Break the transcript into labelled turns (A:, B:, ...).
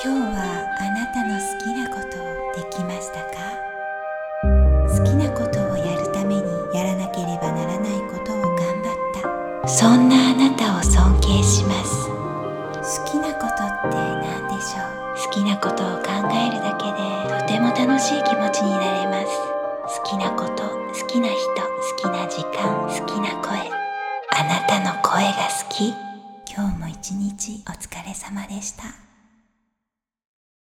A: 今日はあなたの好きなことできましたか？好きなことをやるためにやらなければならないことを頑張った、そんなあなたを尊敬します。好きなことって何でしょう？好きなことを考えるだけでとても楽しい気持ちになれます。好きなこと、好きな人、好きな時間、好きな声。あなたの声が好き。今日も一日お疲れ様でした。